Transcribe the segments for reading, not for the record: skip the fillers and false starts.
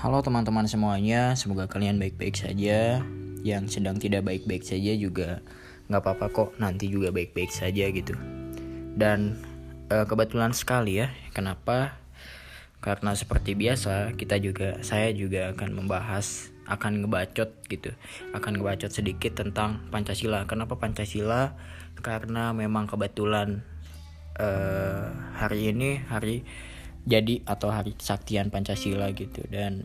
Halo teman-teman semuanya, semoga kalian baik-baik saja. Yang sedang tidak baik-baik saja juga gak apa-apa kok, nanti juga baik-baik saja gitu. Dan kebetulan sekali ya, kenapa? Karena seperti biasa saya juga akan ngebacot gitu. Akan ngebacot sedikit tentang Pancasila. Kenapa Pancasila? Karena memang kebetulan hari ini hari jadi atau hari kesaktian Pancasila gitu,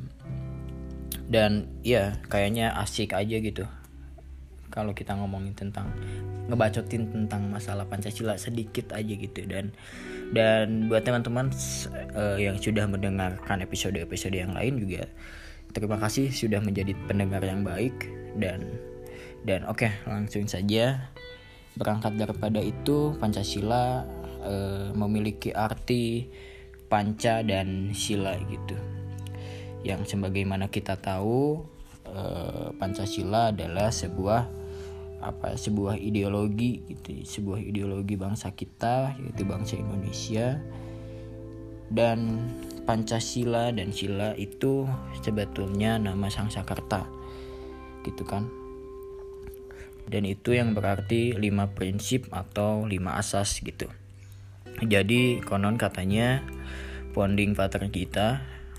dan ya kayaknya asik aja gitu kalau kita ngomongin tentang ngebacotin tentang masalah Pancasila sedikit aja gitu. Dan buat teman-teman yang sudah mendengarkan episode-episode yang lain juga terima kasih sudah menjadi pendengar yang baik. Dan oke, langsung saja berangkat daripada itu. Pancasila memiliki arti panca dan sila gitu. Yang sebagaimana kita tahu, Pancasila adalah sebuah ideologi gitu, sebuah ideologi bangsa kita, yaitu bangsa Indonesia. Dan Pancasila dan sila itu sebetulnya nama Sangsakerta gitu kan. Dan itu yang berarti 5 prinsip atau 5 asas gitu. Jadi konon katanya founding father kita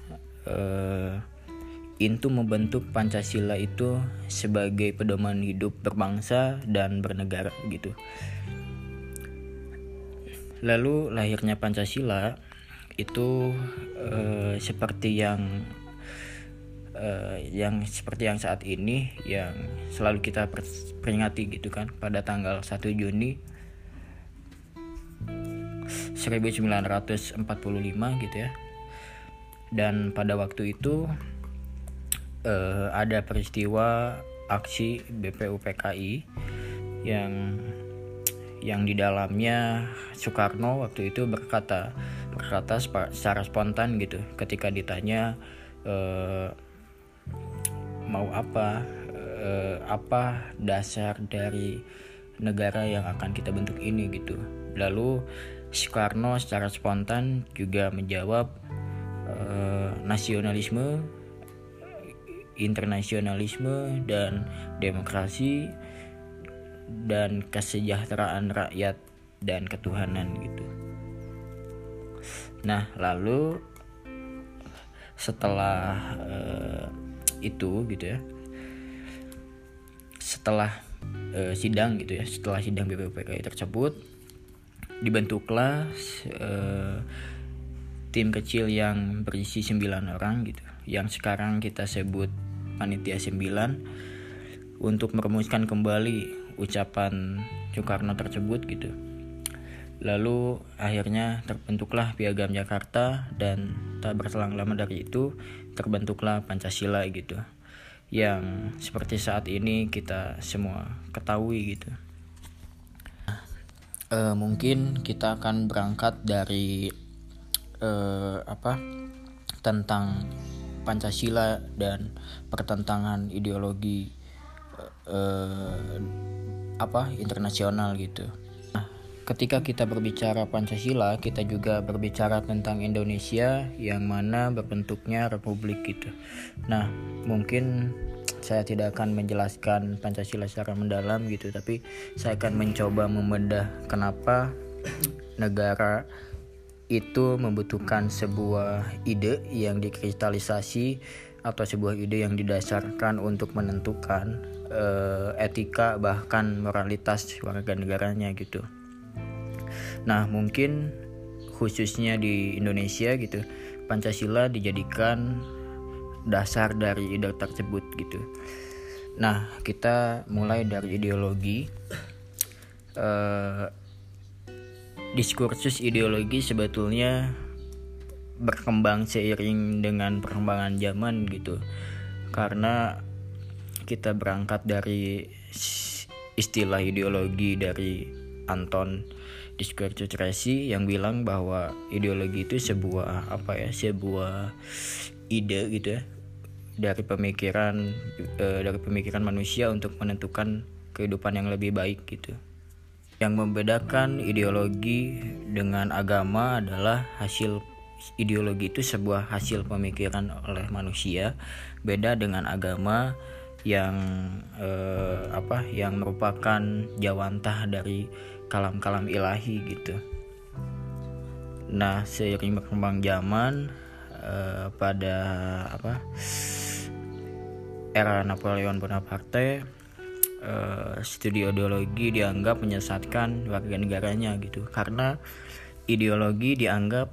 itu membentuk Pancasila itu sebagai pedoman hidup berbangsa dan bernegara gitu. Lalu lahirnya Pancasila itu seperti yang saat ini yang selalu kita peringati gitu kan, pada tanggal 1 Juni 1945 gitu ya. Dan pada waktu itu ada peristiwa aksi BPUPKI yang di dalamnya Soekarno waktu itu berkata secara spontan gitu ketika ditanya mau apa dasar dari negara yang akan kita bentuk ini gitu. Lalu Soekarno secara spontan juga menjawab nasionalisme, internasionalisme, dan demokrasi, dan kesejahteraan rakyat dan ketuhanan gitu. Nah, lalu setelah itu gitu ya, setelah sidang BPUPKI tersebut, dibentuklah tim kecil yang berisi 9 orang gitu, yang sekarang kita sebut Panitia 9, untuk merumuskan kembali ucapan Soekarno tersebut gitu. Lalu akhirnya terbentuklah Piagam Jakarta, dan tak berselang lama dari itu terbentuklah Pancasila gitu, yang seperti saat ini kita semua ketahui gitu. Mungkin kita akan berangkat dari tentang Pancasila dan pertentangan ideologi internasional gitu. Nah, ketika kita berbicara Pancasila, kita juga berbicara tentang Indonesia yang mana berbentuknya republik gitu. Nah, mungkin saya tidak akan menjelaskan Pancasila secara mendalam gitu, tapi saya akan mencoba membedah kenapa negara itu membutuhkan sebuah ide yang dikristalisasi atau sebuah ide yang didasarkan untuk menentukan etika bahkan moralitas warga negaranya gitu. Nah, mungkin khususnya di Indonesia gitu, Pancasila dijadikan dasar dari ide tersebut gitu. Nah, kita mulai dari ideologi. Diskursus ideologi sebetulnya berkembang seiring dengan perkembangan zaman gitu, karena kita berangkat dari istilah ideologi dari Anton Diskursus-Resi yang bilang bahwa ideologi itu sebuah ide gitu ya, dari pemikiran manusia untuk menentukan kehidupan yang lebih baik gitu. Yang membedakan ideologi dengan agama adalah hasil ideologi itu sebuah hasil pemikiran oleh manusia, beda dengan agama yang yang merupakan jawantah dari kalam-kalam ilahi gitu. Nah, seiring berkembang zaman pada era Napoleon Bonaparte, studi ideologi dianggap menyesatkan warga negaranya gitu, karena ideologi dianggap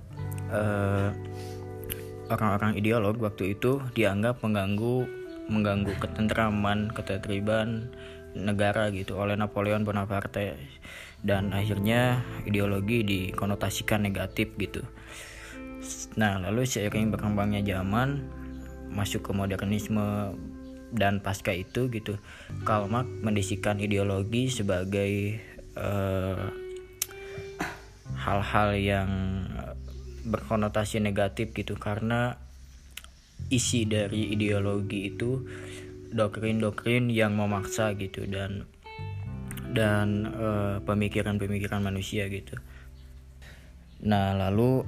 orang-orang ideolog waktu itu dianggap mengganggu ketentraman, ketertiban negara gitu oleh Napoleon Bonaparte, dan akhirnya ideologi dikonotasikan negatif gitu. Nah, lalu seiring berkembangnya zaman, masuk ke modernisme dan pasca itu gitu, Karl Marx mendiskusikan ideologi sebagai hal-hal yang berkonotasi negatif gitu, karena isi dari ideologi itu doktrin-doktrin yang memaksa gitu, dan pemikiran-pemikiran manusia gitu. Nah, lalu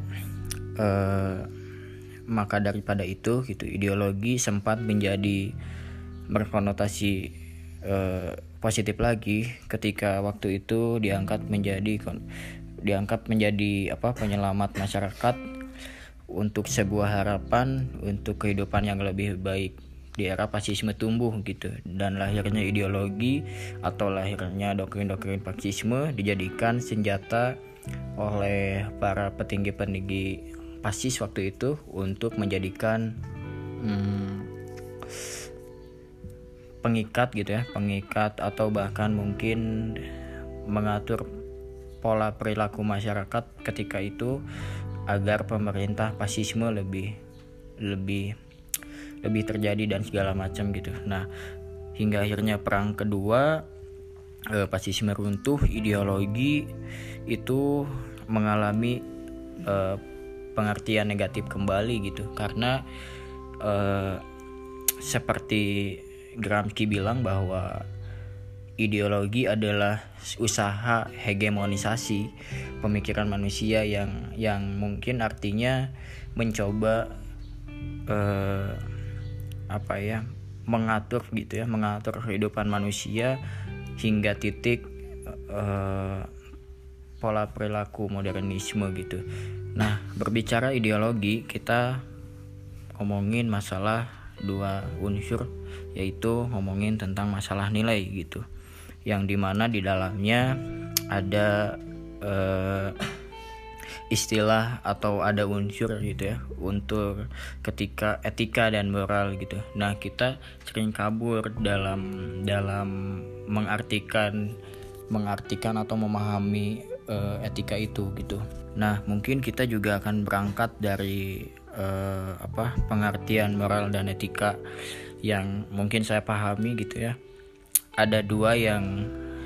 maka daripada itu gitu, ideologi sempat menjadi berkonotasi positif lagi ketika waktu itu diangkat menjadi penyelamat masyarakat untuk sebuah harapan untuk kehidupan yang lebih baik di era fasisme tumbuh gitu, dan lahirnya ideologi atau lahirnya doktrin-doktrin fasisme dijadikan senjata oleh para petinggi-petinggi fasis waktu itu untuk menjadikan pengikat atau bahkan mungkin mengatur pola perilaku masyarakat ketika itu agar pemerintah fasisme lebih terjadi dan segala macam gitu. Nah, hingga akhirnya perang kedua, fasisme runtuh, ideologi itu mengalami pengertian negatif kembali gitu, karena seperti Gramsci bilang bahwa ideologi adalah usaha hegemonisasi pemikiran manusia yang mungkin artinya mencoba mengatur kehidupan manusia hingga titik pola perilaku modernisme gitu. Nah, berbicara ideologi, kita ngomongin masalah dua unsur, yaitu ngomongin tentang masalah nilai gitu, yang dimana di dalamnya ada istilah atau ada unsur gitu ya untuk ketika etika dan moral gitu. Nah, kita sering kabur dalam mengartikan atau memahami etika itu gitu. Nah, mungkin kita juga akan berangkat dari pengertian moral dan etika yang mungkin saya pahami gitu ya. Ada dua yang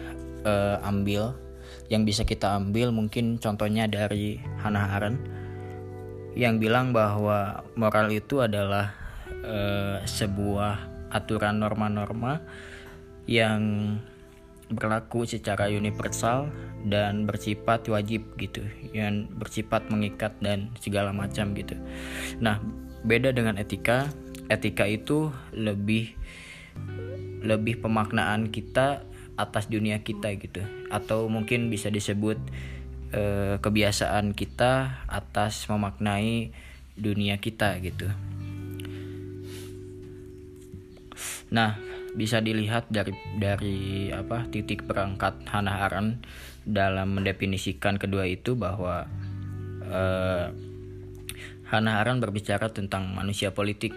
bisa kita ambil, mungkin contohnya dari Hannah Arendt yang bilang bahwa moral itu adalah sebuah aturan norma-norma yang berlaku secara universal dan bersifat wajib gitu, yang bersifat mengikat dan segala macam gitu. Nah, beda dengan etika itu lebih pemaknaan kita atas dunia kita gitu, atau mungkin bisa disebut kebiasaan kita atas memaknai dunia kita gitu. Nah, bisa dilihat dari titik berangkat Hannah Arendt dalam mendefinisikan kedua itu, bahwa Hannah Arendt berbicara tentang manusia politik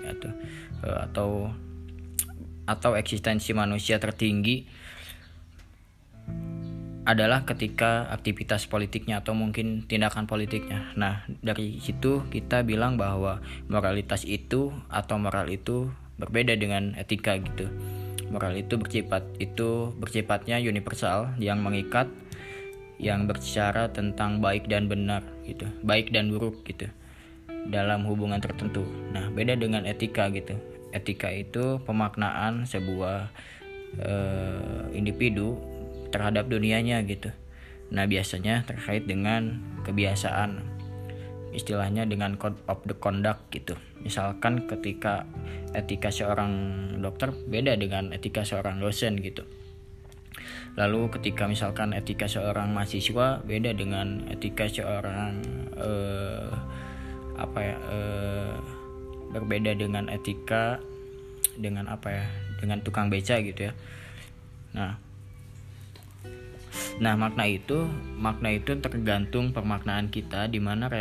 atau eksistensi manusia tertinggi adalah ketika aktivitas politiknya atau mungkin tindakan politiknya. Nah, dari situ kita bilang bahwa moralitas itu atau moral itu berbeda dengan etika gitu. Moral itu bersifatnya universal, yang mengikat, yang berbicara tentang baik dan benar gitu, baik dan buruk gitu dalam hubungan tertentu. Nah, beda dengan etika gitu. Etika itu pemaknaan sebuah individu terhadap dunianya gitu. Nah, biasanya terkait dengan kebiasaan. istilahnya dengan code of the conduct gitu. Misalkan ketika etika seorang dokter beda dengan etika seorang dosen gitu. Lalu ketika misalkan etika seorang mahasiswa beda dengan etika seorang berbeda dengan etika dengan dengan tukang beca gitu ya. Nah, makna itu tergantung pemaknaan kita, di mana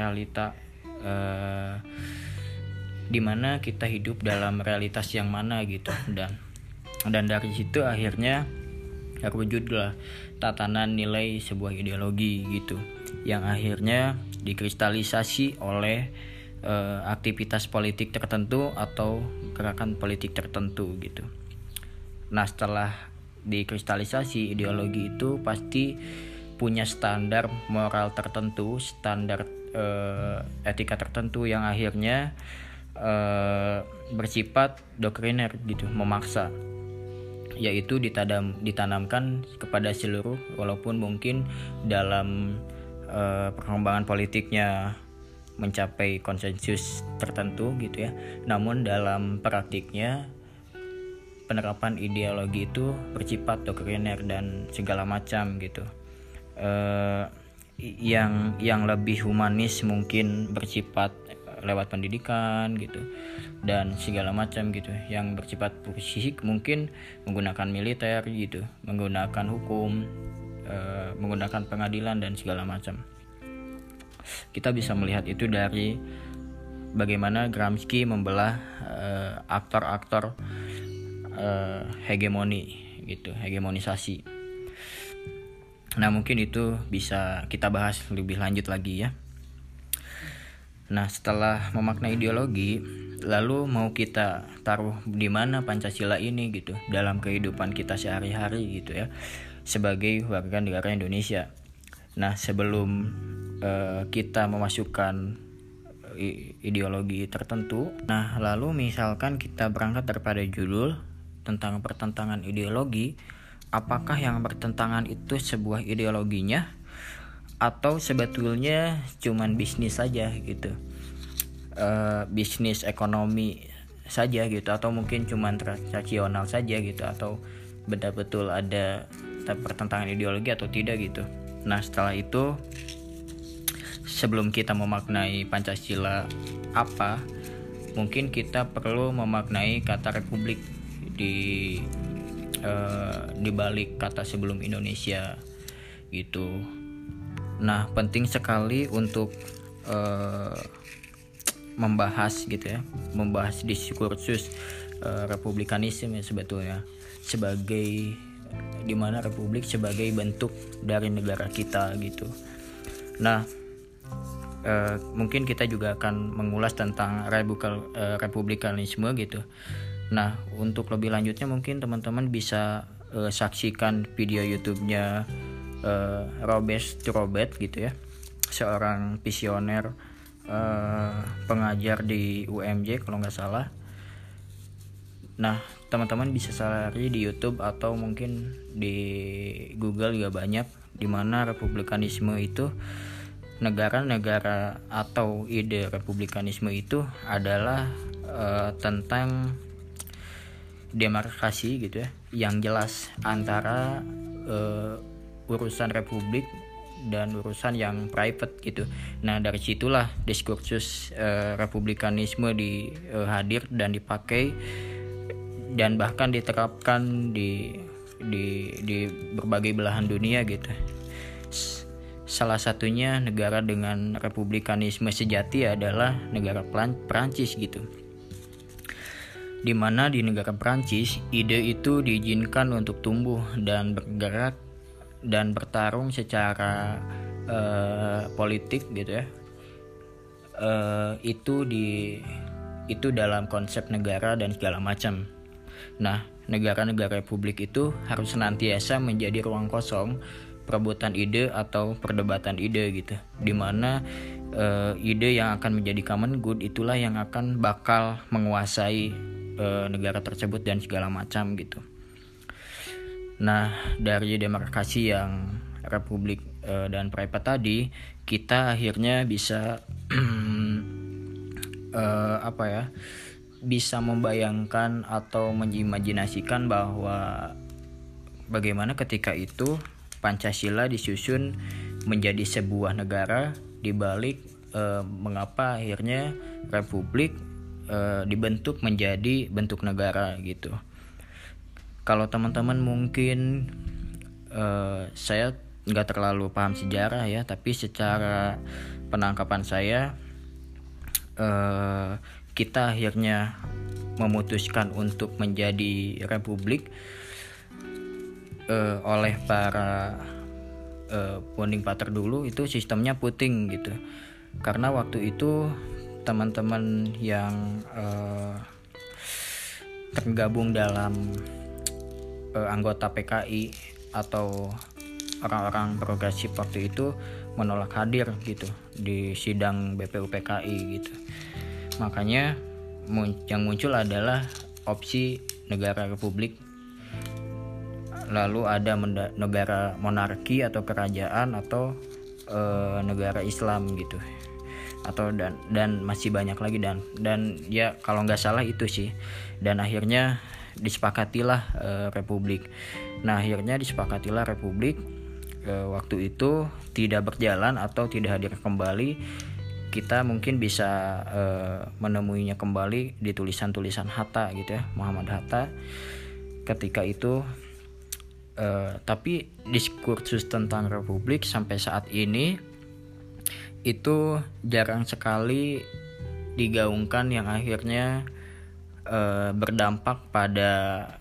di mana kita hidup dalam realitas yang mana gitu, dan dari situ akhirnya terwujudlah tatanan nilai sebuah ideologi gitu, yang akhirnya dikristalisasi oleh aktivitas politik tertentu atau gerakan politik tertentu gitu. Nah, setelah dikristalisasi, ideologi itu pasti punya standar moral tertentu, standar etika tertentu yang akhirnya bersifat doktriner gitu, memaksa, yaitu ditanamkan kepada seluruh, walaupun mungkin dalam perkembangan politiknya mencapai konsensus tertentu gitu ya, namun dalam praktiknya penerapan ideologi itu bersifat doktriner dan segala macam gitu. Yang lebih humanis mungkin bersifat lewat pendidikan gitu dan segala macam gitu. Yang bersifat fisik mungkin menggunakan militer gitu, menggunakan hukum, menggunakan pengadilan dan segala macam. Kita bisa melihat itu dari bagaimana Gramsci membelah aktor-aktor hegemoni gitu, hegemonisasi. Nah, mungkin itu bisa kita bahas lebih lanjut lagi ya. Nah, setelah memaknai ideologi, lalu mau kita taruh di mana Pancasila ini gitu dalam kehidupan kita sehari-hari gitu ya, sebagai warga negara Indonesia. Nah, sebelum kita memasukkan ideologi tertentu, nah lalu misalkan kita berangkat daripada judul tentang pertentangan ideologi, apakah yang bertentangan itu sebuah ideologinya atau sebetulnya cuman bisnis saja gitu, bisnis ekonomi saja gitu, atau mungkin cuman transaksional saja gitu, atau betul-betul ada pertentangan ideologi atau tidak gitu. Nah, setelah itu sebelum kita memaknai Pancasila apa, mungkin kita perlu memaknai kata republik di balik kata sebelum Indonesia gitu. Nah, penting sekali untuk membahas gitu ya, membahas diskursus republikanisme ya, sebetulnya sebagai dimana republik sebagai bentuk dari negara kita gitu. Nah, mungkin kita juga akan mengulas tentang republikanisme gitu. Nah, untuk lebih lanjutnya mungkin teman-teman bisa saksikan video YouTube-nya Robert Strobet gitu ya, seorang visioner pengajar di UMJ kalau nggak salah. Nah, teman-teman bisa cari di YouTube atau mungkin di Google juga banyak, di mana republikanisme itu, negara-negara atau ide republikanisme itu adalah tentang demarkasi gitu ya, yang jelas antara urusan republik dan urusan yang private gitu. Nah, dari situlah diskursus republikanisme hadir dan dipakai dan bahkan diterapkan di berbagai belahan dunia gitu. Salah satunya negara dengan republikanisme sejati adalah negara Prancis gitu, di mana di negara Prancis ide itu diizinkan untuk tumbuh dan bergerak dan bertarung secara politik gitu ya. Itu dalam konsep negara dan segala macam. Nah, negara-negara republik itu harus senantiasa menjadi ruang kosong perebutan ide atau perdebatan ide gitu, di mana ide yang akan menjadi common good itulah yang akan bakal menguasai negara tersebut dan segala macam gitu. Nah, dari demarkasi yang republik dan private tadi, kita akhirnya bisa bisa membayangkan atau mengimajinasikan bahwa bagaimana ketika itu Pancasila disusun menjadi sebuah negara, dibalik mengapa akhirnya Republik dibentuk menjadi bentuk negara gitu. Kalau teman-teman mungkin saya nggak terlalu paham sejarah ya, tapi secara penangkapan saya kita akhirnya memutuskan untuk menjadi republik oleh para founding father dulu itu sistemnya puting gitu. Karena waktu itu teman-teman yang tergabung dalam anggota PKI atau orang-orang progresif waktu itu menolak hadir gitu di sidang BPU PKI gitu. Makanya yang muncul adalah opsi negara republik, lalu ada negara monarki atau kerajaan atau negara Islam gitu, atau dan masih banyak lagi dan ya kalau nggak salah itu sih. Dan akhirnya disepakatilah republik. Nah akhirnya disepakatilah republik. Waktu itu tidak berjalan atau tidak hadir kembali. Kita mungkin bisa menemuinya kembali di tulisan-tulisan Hatta gitu ya, Muhammad Hatta ketika itu. Tapi diskursus tentang republik sampai saat ini itu jarang sekali digaungkan yang akhirnya berdampak pada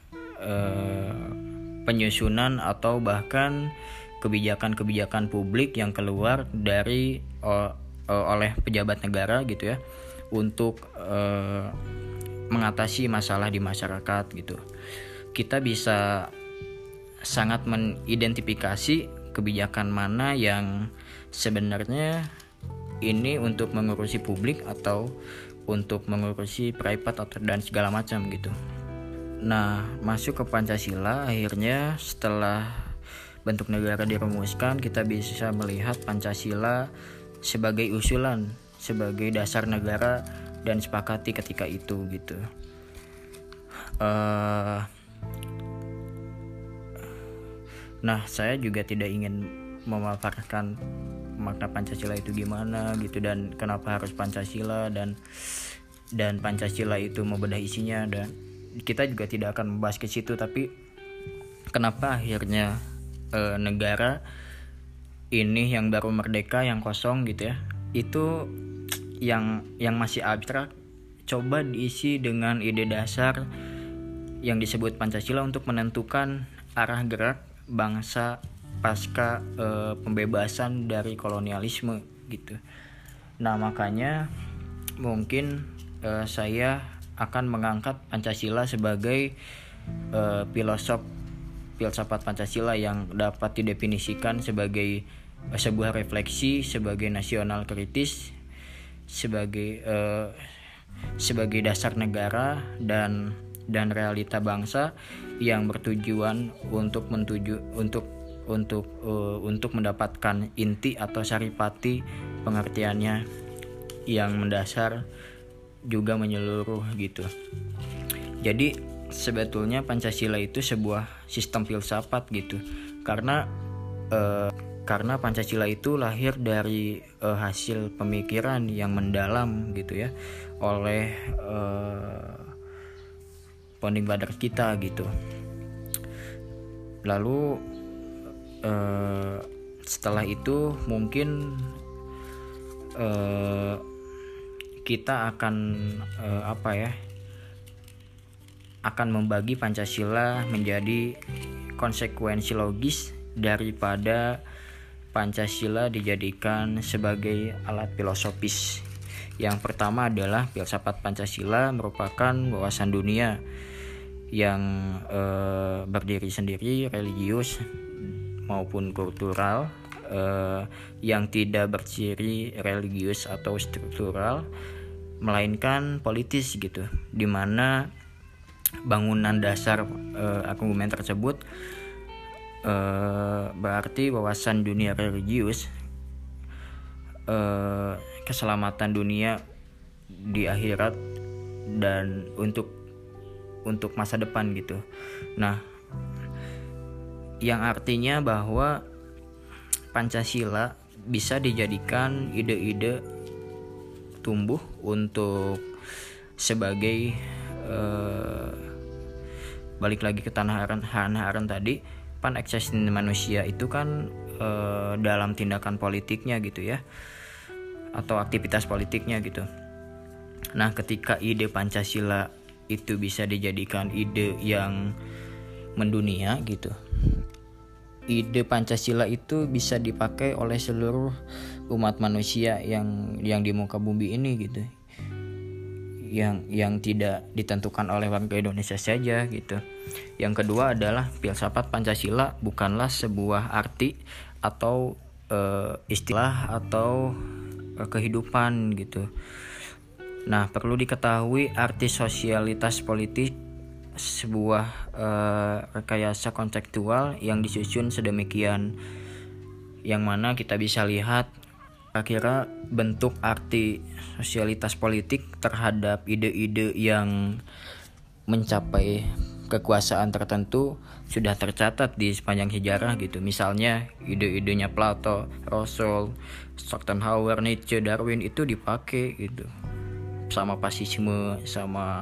penyusunan atau bahkan kebijakan-kebijakan publik yang keluar dari oleh pejabat negara gitu ya, untuk mengatasi masalah di masyarakat gitu. Kita bisa sangat mengidentifikasi kebijakan mana yang sebenarnya ini untuk mengurusi publik atau untuk mengurusi private atau dan segala macam gitu. Nah, masuk ke Pancasila, akhirnya setelah bentuk negara dirumuskan, kita bisa melihat Pancasila sebagai usulan, sebagai dasar negara dan sepakati ketika itu gitu. Nah, saya juga tidak ingin memaparkan makna Pancasila itu gimana gitu dan kenapa harus Pancasila dan Pancasila itu membedah isinya, dan kita juga tidak akan membahas ke situ. Tapi kenapa akhirnya negara ini yang baru merdeka, yang kosong gitu ya, itu yang masih abstrak coba diisi dengan ide dasar yang disebut Pancasila untuk menentukan arah gerak bangsa pasca pembebasan dari kolonialisme gitu. Nah makanya mungkin saya akan mengangkat Pancasila sebagai filsafat Pancasila yang dapat didefinisikan sebagai sebuah refleksi, sebagai nasional kritis, sebagai dasar negara dan realita bangsa yang bertujuan untuk mendapatkan inti atau saripati pengertiannya yang mendasar juga menyeluruh gitu. Jadi sebetulnya Pancasila itu sebuah sistem filsafat gitu, karena Pancasila itu lahir dari hasil pemikiran yang mendalam gitu ya oleh founding father kita gitu. Lalu setelah itu mungkin kita akan akan membagi Pancasila menjadi konsekuensi logis daripada Pancasila dijadikan sebagai alat filosofis. Yang pertama adalah filsafat Pancasila merupakan wawasan dunia yang berdiri sendiri, religius maupun kultural, yang tidak berciri religius atau struktural, melainkan politis gitu, di mana bangunan dasar argumen tersebut berarti wawasan dunia religius keselamatan dunia di akhirat dan untuk masa depan gitu. Nah, yang artinya bahwa Pancasila bisa dijadikan ide-ide tumbuh untuk sebagai balik lagi ke Hannah Arendt tadi, pan-eksistensi manusia itu kan dalam tindakan politiknya gitu ya, atau aktivitas politiknya gitu. Nah, ketika ide Pancasila itu bisa dijadikan ide yang mendunia gitu, ide Pancasila itu bisa dipakai oleh seluruh umat manusia yang di muka bumi ini gitu, yang tidak ditentukan oleh warga Indonesia saja gitu. Yang kedua adalah filsafat Pancasila bukanlah sebuah arti atau istilah atau kehidupan gitu. Nah, perlu diketahui arti sosialitas politik sebuah rekayasa konseptual yang disusun sedemikian, yang mana kita bisa lihat kira-kira bentuk arti sosialitas politik terhadap ide-ide yang mencapai kekuasaan tertentu sudah tercatat di sepanjang sejarah gitu. Misalnya ide-idenya Plato, Rousseau, Schopenhauer, Nietzsche, Darwin itu dipakai gitu, sama fasisme, sama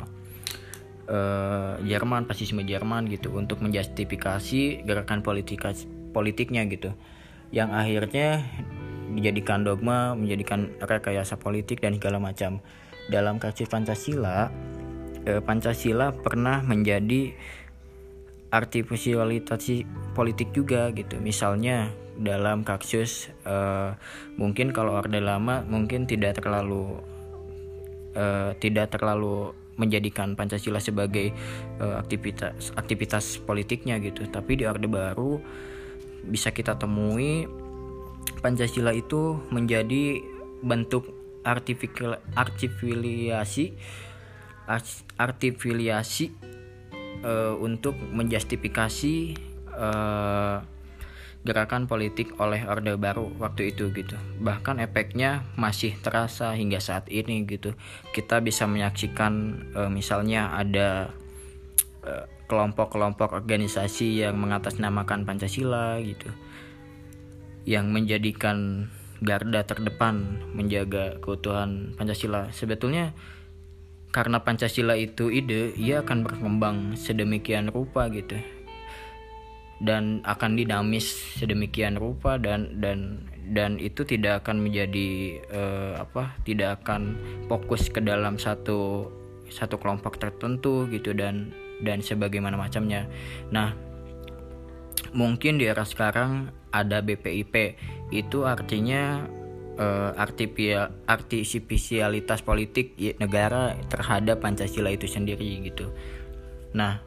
fasisme Jerman gitu, untuk menjustifikasi gerakan politiknya gitu, yang akhirnya dijadikan dogma, menjadikan rekayasa politik dan segala macam. Dalam kasus Pancasila, Pancasila pernah menjadi artificialisasi politik juga gitu. Misalnya dalam kasus mungkin kalau Orde Lama mungkin tidak terlalu menjadikan Pancasila sebagai aktivitas politiknya gitu, tapi di Orde Baru bisa kita temui Pancasila itu menjadi bentuk artifiliasi untuk menjustifikasi gerakan politik oleh Orde Baru waktu itu gitu. Bahkan efeknya masih terasa hingga saat ini gitu. Kita bisa menyaksikan misalnya ada kelompok-kelompok organisasi yang mengatasnamakan Pancasila gitu, yang menjadikan garda terdepan menjaga keutuhan Pancasila. Sebetulnya karena Pancasila itu ide, ia akan berkembang sedemikian rupa gitu, dan akan dinamis sedemikian rupa, dan itu tidak akan menjadi tidak akan fokus ke dalam satu kelompok tertentu gitu, dan sebagaimana macamnya. Nah, mungkin di era sekarang ada BPIP, itu artinya artifisialitas politik negara terhadap Pancasila itu sendiri gitu. Nah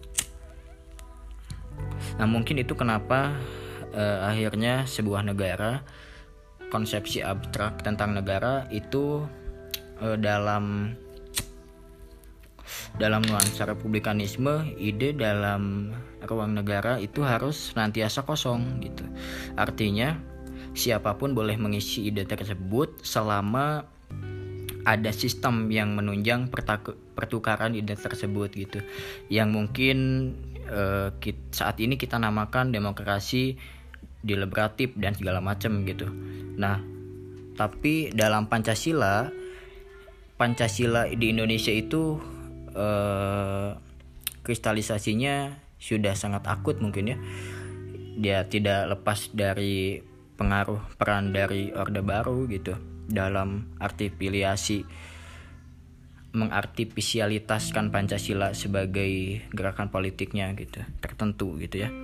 mungkin itu kenapa akhirnya sebuah negara, konsepsi abstrak tentang negara itu dalam nuansa republikanisme, ide dalam ruang negara itu harus senantiasa kosong gitu. Artinya siapapun boleh mengisi ide tersebut selama ada sistem yang menunjang pertukaran ide tersebut gitu, yang mungkin saat ini kita namakan demokrasi deliberatif dan segala macam gitu. Nah, tapi dalam Pancasila di Indonesia itu kristalisasinya sudah sangat akut mungkin ya. Dia tidak lepas dari pengaruh peran dari Orde Baru gitu dalam mengartifisialitaskan Pancasila sebagai gerakan politiknya gitu, tertentu gitu ya.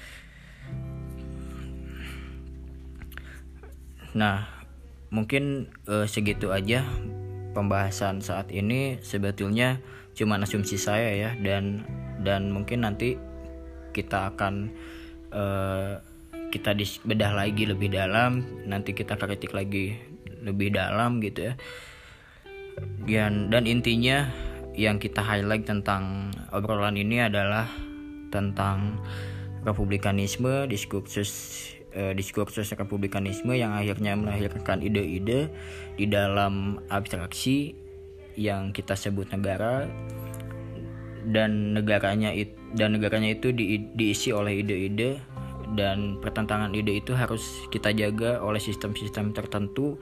Nah, mungkin segitu aja pembahasan saat ini. Sebetulnya cuma asumsi saya ya, dan mungkin nanti kita akan kita bedah lagi lebih dalam, nanti kita kritik lagi lebih dalam gitu ya. Dan intinya yang kita highlight tentang obrolan ini adalah tentang republikanisme, diskursus diskursus republikanisme yang akhirnya melahirkan ide-ide di dalam abstraksi yang kita sebut negara, dan negaranya itu diisi oleh ide-ide, dan pertentangan ide itu harus kita jaga oleh sistem-sistem tertentu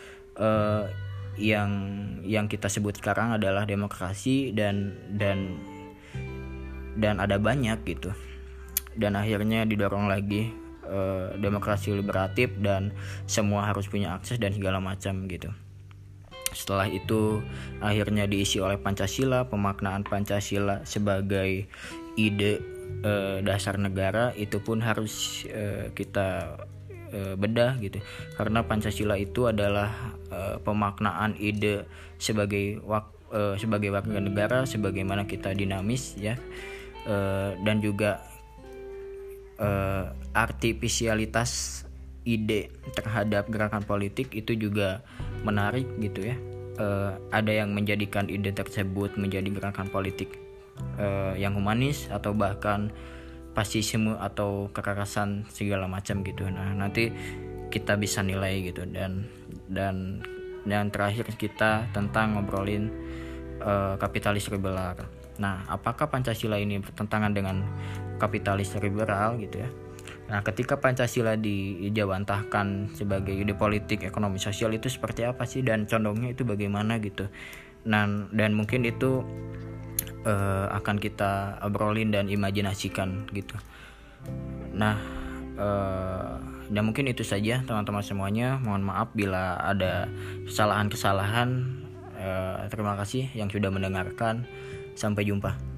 yang kita sebut sekarang adalah demokrasi, dan ada banyak gitu. Dan akhirnya didorong lagi demokrasi liberatif dan semua harus punya akses dan segala macam gitu. Setelah itu akhirnya diisi oleh Pancasila. Pemaknaan Pancasila sebagai ide dasar negara itu pun harus kita bedah gitu, karena Pancasila itu adalah pemaknaan ide sebagai warga negara, sebagaimana kita dinamis ya, dan juga artifisialitas ide terhadap gerakan politik itu juga menarik gitu ya. Ada yang menjadikan ide tersebut menjadi gerakan politik yang humanis atau bahkan fasisme atau kekerasan segala macam gitu. Nah, nanti kita bisa nilai gitu, dan terakhir kita tentang ngobrolin kapitalis liberal. Nah, apakah Pancasila ini bertentangan dengan kapitalis liberal gitu ya? Nah, ketika Pancasila dijawantahkan sebagai ide politik, ekonomi, sosial itu seperti apa sih, dan condongnya itu bagaimana gitu. Nah, dan mungkin itu akan kita obrolin dan imajinasikan gitu. Nah, dan mungkin itu saja teman-teman semuanya. Mohon maaf bila ada kesalahan-kesalahan. Terima kasih yang sudah mendengarkan. Sampai jumpa.